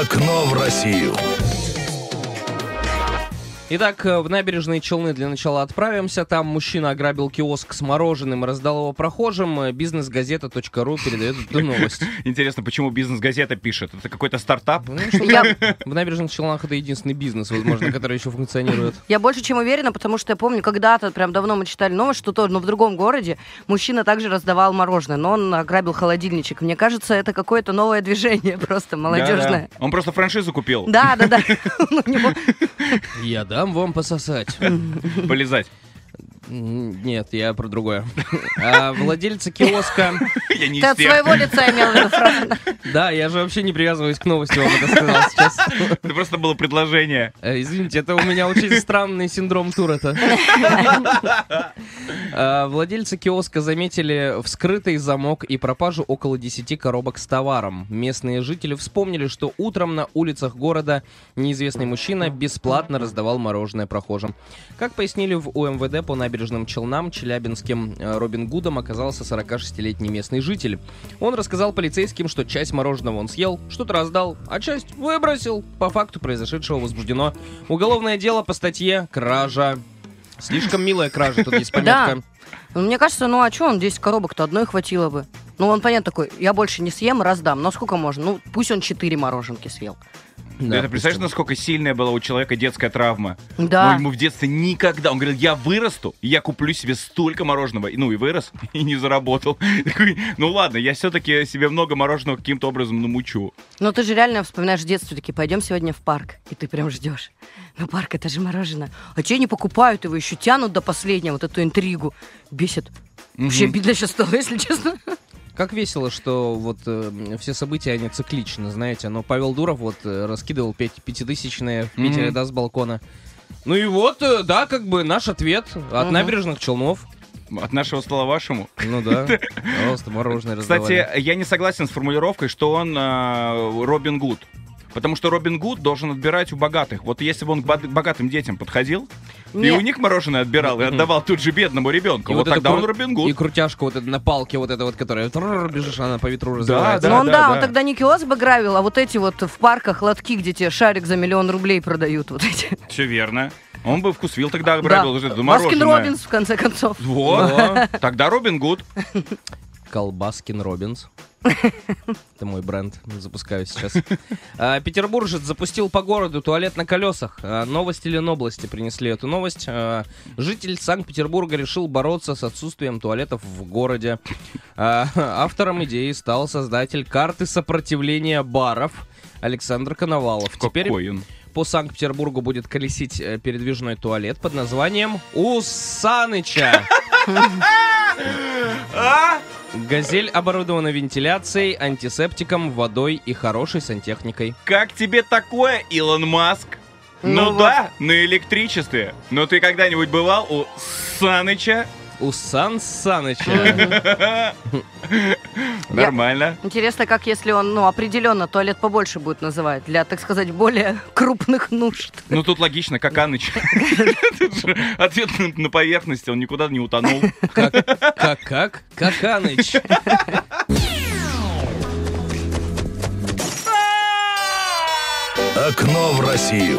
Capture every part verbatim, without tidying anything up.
Окно в Россию. Итак, в Набережные Челны для начала отправимся. Там мужчина ограбил киоск с мороженым и раздал его прохожим. Бизнес-газета точка ру передает эту новость. Интересно, почему Бизнес-газета пишет? Это какой-то стартап? Ну, что я... В Набережных Челнах это единственный бизнес, возможно, который еще функционирует. Я больше чем уверена, потому что я помню, когда-то, прям давно мы читали новость, что тоже, но в другом городе мужчина также раздавал мороженое, но он ограбил холодильничек. Мне кажется, это какое-то новое движение, просто молодежное. Да, да. Он просто франшизу купил. Да, да, да. Я дам вам пососать. Полезать. Нет, я про другое. А владельца киоска... Я не Ты от своего лица имел в виду фразу. Да, я же вообще не привязываюсь к новости, вам это сказал сейчас. Это просто было предложение. Э, Извините, это у меня очень странный синдром Туретта. А, Владельцы киоска заметили вскрытый замок и пропажу около десяти коробок с товаром. Местные жители вспомнили, что утром на улицах города неизвестный мужчина бесплатно раздавал мороженое прохожим. Как пояснили в У Эм Вэ Дэ по Набережным Челнам, челябинским э, Робин Гудом оказался сорокашестилетний местный житель. Он рассказал полицейским, что часть мороженого он съел, что-то раздал, а часть выбросил. По факту произошедшего возбуждено уголовное дело по статье «Кража». Слишком милая кража, тут есть пометка. Да. Мне кажется, ну а что он десять коробок-то одной хватило бы. Ну он, понятно, такой, я больше не съем, раздам. Но сколько можно? Ну пусть он четыре мороженки съел. Да, это представляешь, насколько сильная была у человека детская травма? Да. Ну, ему в детстве никогда. Он говорил, я вырасту, и я куплю себе столько мороженого. И, ну и вырос, и не заработал. Такой, ну ладно, я все-таки себе много мороженого каким-то образом намучу. Ну ты же реально вспоминаешь детство, такие, пойдем сегодня в парк. И ты прям ждешь. Ну парк, это же мороженое. А че не покупают его, еще тянут до последнего, вот эту интригу. Бесит. Вообще обидно сейчас стало, если честно. Как весело, что вот э, все события, они цикличны, знаете. Но Павел Дуров вот э, раскидывал пять, пятитысячные в Питере, mm-hmm. да, с балкона. Ну и вот, э, да, как бы наш ответ от mm-hmm. Набережных Челнов. От нашего стола вашему? Ну да, пожалуйста, мороженое раздавали. Кстати, я не согласен с формулировкой, что он э, Робин Гуд. Потому что Робин Гуд должен отбирать у богатых. Вот если бы он к богатым детям подходил, Нет. и у них мороженое отбирал, и отдавал тут же бедному ребенку, и вот, вот тогда кру... он Робин Гуд. И крутяшка вот эта на палке, вот эта вот, которая бежишь, она по ветру развивается. Да, Но он, да, да, да, он тогда не киоск бы грабил, а вот эти вот в парках лотки, где тебе шарик за миллион рублей продают. Вот эти. Все верно. Он бы вкусвилл тогда ограбил. Да. Это Баскин Робинс, в конце концов. Вот, тогда Робин Гуд. Колбаскин Робинс. Это мой бренд, запускаю сейчас. А, петербуржец запустил по городу туалет на колесах. А, новости Ленобласти принесли эту новость. А, житель Санкт-Петербурга решил бороться с отсутствием туалетов в городе. А, автором идеи стал создатель карты сопротивления баров Александр Коновалов. Теперь он? По Санкт-Петербургу будет колесить передвижной туалет под названием «У Саныча». «Газель» оборудована вентиляцией, антисептиком, водой и хорошей сантехникой. Как тебе такое, Илон Маск? Ну, ну да, вот. На электричестве. Но ты когда-нибудь бывал у Саныча? У Сан Саныча. Нормально. Интересно, как если он, ну, определенно туалет побольше будет называть, для, так сказать, более крупных нужд. Ну, тут логично, как Аныч. Ответ на поверхности, он никуда не утонул. Как, как? Как Аныч. Окно в Россию.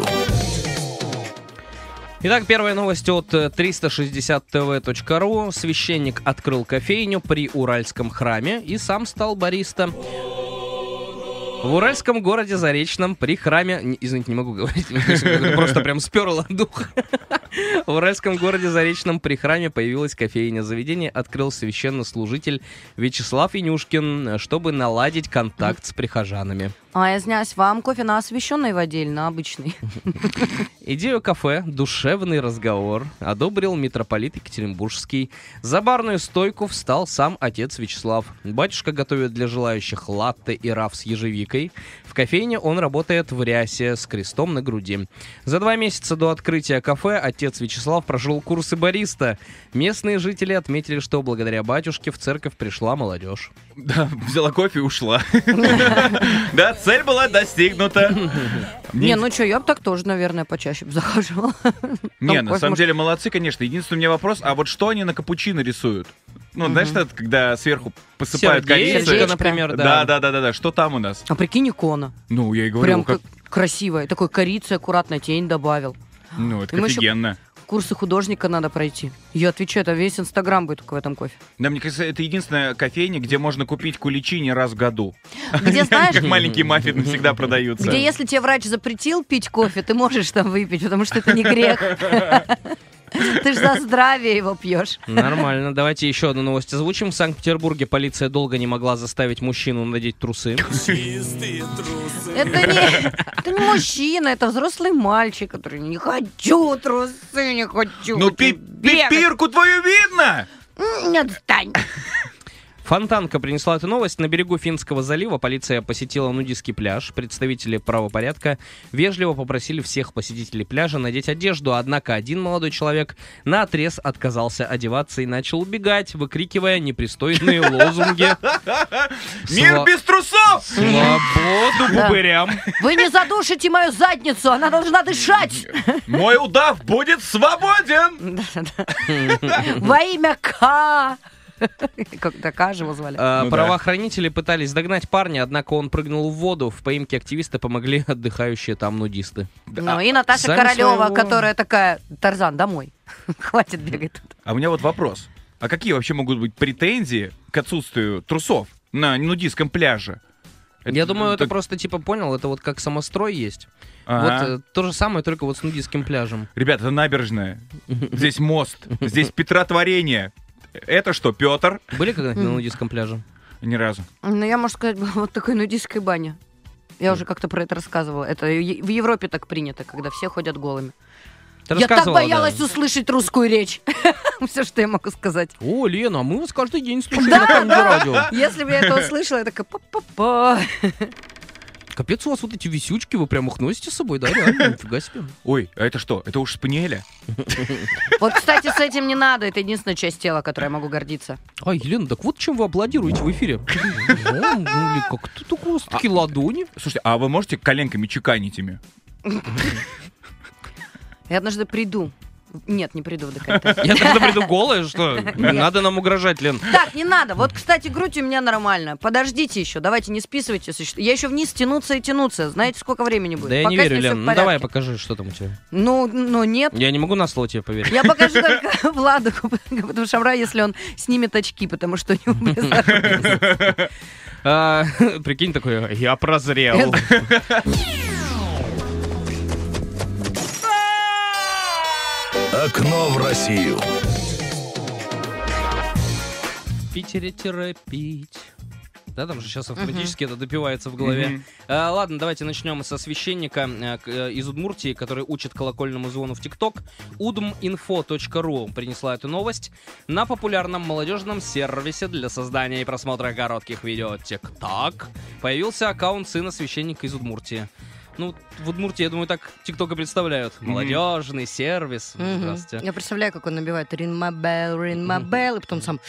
Итак, первая новость от триста шестьдесят тэ вэ точка ру. Священник открыл кофейню при Уральском храме и сам стал бариста. В уральском городе Заречном при храме... Извините, не могу говорить, просто прям сперло дух. В уральском городе Заречном при храме появилась кофейня. Заведение открыл священнослужитель Вячеслав Инюшкин, чтобы наладить контакт с прихожанами. А, я извиняюсь, вам кофе на освещенной воде или на обычной? Идею кафе «Душевный разговор» одобрил митрополит Екатеринбургский. За барную стойку встал сам отец Вячеслав. Батюшка готовит для желающих латте и раф с ежевикой. В кофейне он работает в рясе с крестом на груди. За два месяца до открытия кафе отец Вячеслав прошел курсы бариста. Местные жители отметили, что благодаря батюшке в церковь пришла молодежь. Да, взяла кофе и ушла. Да, цель была достигнута. Не, ну что, я бы так тоже, наверное, почаще бы захаживала. Не, на самом деле молодцы, конечно. Единственный у меня вопрос, а вот что они на капучино рисуют? Ну, знаешь, Мгм. это когда сверху посыпают Сердечко, корицей. Сердечко. например, Да, да. да, да, да, да. Что там у нас? А прикинь, икона. Ну, я и говорю, Прям как... как красивая. Такой корицы аккуратно тень добавил. Ну, это И мы ещё- офигенно. Курсы художника надо пройти. Я отвечаю, это весь Инстаграм будет только в этом кофе. Да, мне кажется, это единственная кофейня, где можно купить куличи не раз в году. Где, знаешь, Как маленькие маффины всегда продаются. где если тебе врач запретил пить кофе, ты можешь там выпить, потому что это не грех. Ты ж за здравие его пьешь. Нормально. Давайте еще одну новость озвучим. В Санкт-Петербурге полиция долго не могла заставить мужчину надеть трусы. Это не, это не мужчина, это взрослый мальчик, который не хочу трусы, не хочу. Ну, пи- бегать. пипирку твою видно! М, Не отстань. Фонтанка принесла эту новость. На берегу Финского залива полиция посетила нудистский пляж. Представители правопорядка вежливо попросили всех посетителей пляжа надеть одежду, однако один молодой человек наотрез отказался одеваться и начал убегать, выкрикивая непристойные лозунги. Мир Сва- без трусов! Свободу Да. бубырям! Вы не задушите мою задницу, она должна дышать. Мой удав будет свободен! Во имя К. Как-то К же его звали. А, Ну да. Правоохранители пытались догнать парня, однако он прыгнул в воду. В поимке активиста помогли отдыхающие там нудисты. Ну и Наташа сами Королева, своего- которая такая: Тарзан, домой. Хватит бегать тут. А у меня вот вопрос. А какие вообще могут быть претензии к отсутствию трусов на нудистском пляже? Я думаю, это так- просто, типа, понял, это вот как самострой есть. Ага. Вот э, то же самое, только вот с нудистским пляжем. Ребята, это набережная. Здесь мост. Здесь Петротворение. Это что, Петр? Были когда-нибудь на нудистском пляже? Ни разу. Ну, я, можно сказать, была вот такой нудистской бане. Я уже как-то про это рассказывала. Это е- в Европе так принято, когда все ходят голыми. Ты Я так рассказывала, боялась да. услышать русскую речь. Все, что я могу сказать. О, Лена, а мы вас каждый день слушаем на Камеди радио. Если бы я это услышала, я такая: па-па-па. Капец, у вас вот эти висючки, вы прям их носите с собой, да? Реально, нифига себе. Ой, а это что? Это уж спаниеля? Вот, кстати, с этим не надо. Это единственная часть тела, которой я могу гордиться. А, Елена, так вот чем вы аплодируете в эфире. О, ну, или как тут у вас такие ладони. Слушайте, а вы можете коленками чеканить ими? Я однажды приду. Нет, не приду в ДКТ. Я тогда приду голая, что? Не надо нам угрожать, Лен. Так, не надо. Вот, кстати, грудь у меня нормальная. Подождите еще, давайте не списывайте. если что. Я еще вниз тянуться и тянуться. Знаете, сколько времени будет? Да я не Пока с верю, ней всё Лен. в Ну порядке. давай покажи, что там у тебя. Ну, ну нет. Я не могу на слово тебе поверить. Я покажу только Владу, потому что если он снимет очки, потому что у него близко. А, Прикинь, такой, я прозрел. Окно в Россию. В Питере-пить. Да, там же сейчас автоматически это допивается в голове. Мгм. А, ладно, давайте начнем со священника э, к- э, из Удмуртии, который учит колокольному звону в ТикТок. удминфо точка ру принесла эту новость. На популярном молодежном сервисе для создания и просмотра коротких видео ТикТок появился аккаунт сына священника из Удмуртии. Ну, в Удмуртии, я думаю, так ТикТока представляют. Мгм. Молодежный сервис. Мгм. Здравствуйте. Я представляю, как он набивает ring my bell, ring my bell, и потом сам...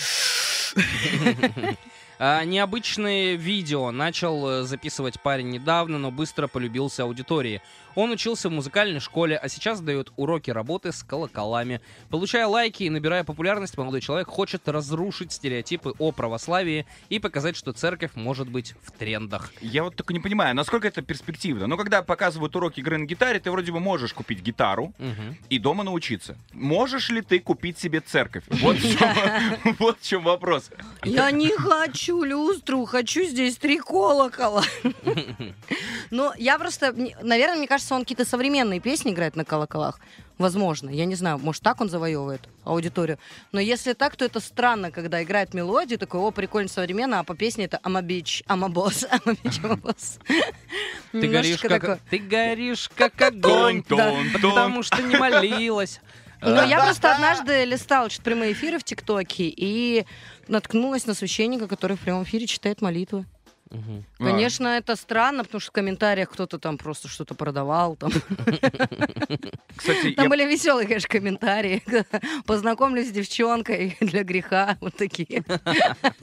А, необычные видео начал э, записывать парень недавно, но быстро полюбился аудитории. Он учился в музыкальной школе, а сейчас дает уроки работы с колоколами. Получая лайки и набирая популярность, молодой человек хочет разрушить стереотипы о православии и показать, что церковь может быть в трендах. Я вот только не понимаю, насколько это перспективно. Но когда показывают уроки игры на гитаре, ты вроде бы можешь купить гитару Мгм. и дома научиться. Можешь ли ты купить себе церковь? Вот в чем- вот в чем вопрос. Я не хочу люстру, хочу здесь три колокола. Ну, я просто, мне- наверное, мне кажется, он какие-то современные песни играет на колоколах. Возможно, я не знаю, может, так он завоевывает аудиторию. Но если так, то это странно, когда играет мелодию, такой: о, прикольно, современно, а по песне это «I'm a bitch, I'm a boss, I'm a bitch, I'm a boss». Ты горишь, Немножечко как... такое. Ты горишь, как огонь, Да. потому что не молилась. Но я просто однажды листала что-то прямые эфиры в ТикТоке и наткнулась на священника, который в прямом эфире читает молитвы. Мгм. Конечно, это странно, потому что в комментариях кто-то там просто что-то продавал. Там, Кстати, там я- были веселые, конечно, комментарии. Познакомлюсь с девчонкой для греха. Вот такие.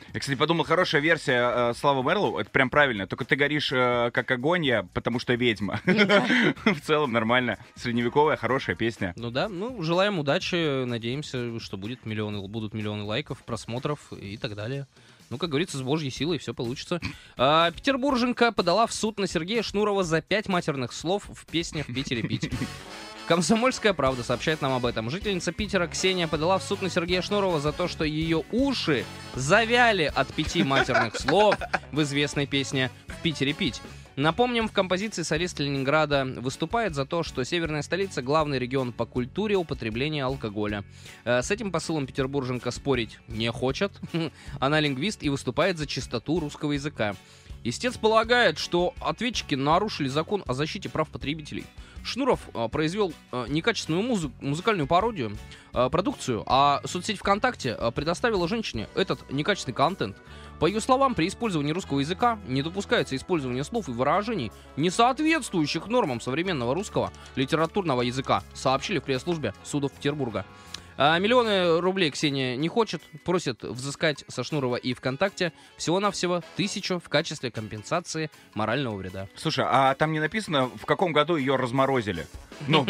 Я, кстати, подумал, хорошая версия э, Славы Мерлоу, это прям правильно, только ты горишь э, как огонь, я, потому что ведьма. В целом нормально, средневековая, хорошая песня. Ну да, ну, желаем удачи, надеемся, что будет миллионы, будут миллионы лайков, просмотров и так далее. Ну, как говорится, с божьей силой все получится. А, петербурженка подала в суд на Сергея Шнурова за пять матерных слов в песнях «В Питере пить». «Комсомольская правда» сообщает нам об этом. Жительница Питера Ксения подала в суд на Сергея Шнурова за то, что ее уши завяли от пяти матерных слов в известной песне «В Питере пить». Напомним, в композиции солист Ленинграда выступает за то, что северная столица — главный регион по культуре употребления алкоголя. С этим посылом петербурженка спорить не хочет. Она лингвист и выступает за чистоту русского языка. Истец полагает, что ответчики нарушили закон о защите прав потребителей. Шнуров а, произвел а, некачественную музы- музыкальную пародию, а, продукцию, а соцсеть ВКонтакте а, предоставила женщине этот некачественный контент. По ее словам, при использовании русского языка не допускается использование слов и выражений, не соответствующих нормам современного русского литературного языка, сообщили в пресс-службе судов Петербурга. А миллионы рублей Ксения не хочет, просит взыскать со Шнурова и ВКонтакте всего-навсего тысячу в качестве компенсации морального вреда. Слушай, а там не написано, в каком году ее разморозили? Ну,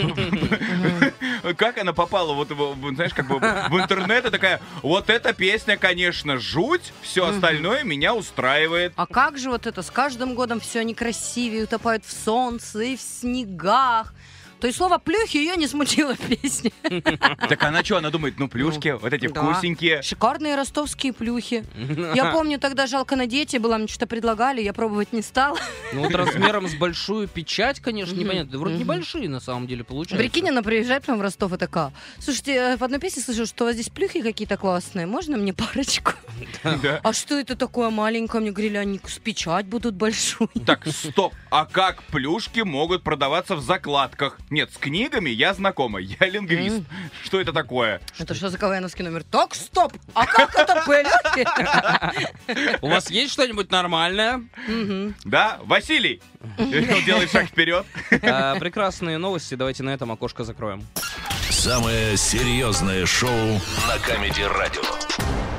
как она попала вот, знаешь, как бы в интернет и такая, вот эта песня, конечно, жуть, все остальное меня устраивает. А как же вот это, с каждым годом все они красивее, утопают в солнце и в снегах. То есть слово «плюхи» ее не смутило в песне. Так она что, она думает, ну плюшки, Ну, вот эти да. вкусненькие. Шикарные ростовские плюхи. Я помню, тогда жалко на диете была, мне что-то предлагали, я пробовать не стала. Ну вот размером с большую печать, конечно, Мгм. непонятно. Вроде Мгм. небольшие на самом деле получаются. Прикинь, она приезжает прям в Ростов и такая: слушайте, э, в одной песне слышу, что у вас здесь плюхи какие-то классные, можно мне парочку? Да. А что это такое маленькое? Мне говорили, они с печать будут большую. Так, стоп, а как плюшки могут продаваться в закладках? Нет, с книгами я знакома, я лингвист. М. Что это такое? Это что за КВНовский номер? Так, стоп! А как это плюхи? У вас есть что-нибудь нормальное? Мгм. Да, Василий, делай шаг вперед. А, прекрасные новости. Давайте на этом окошко закроем. Самое серьезное шоу на Камеди Радио.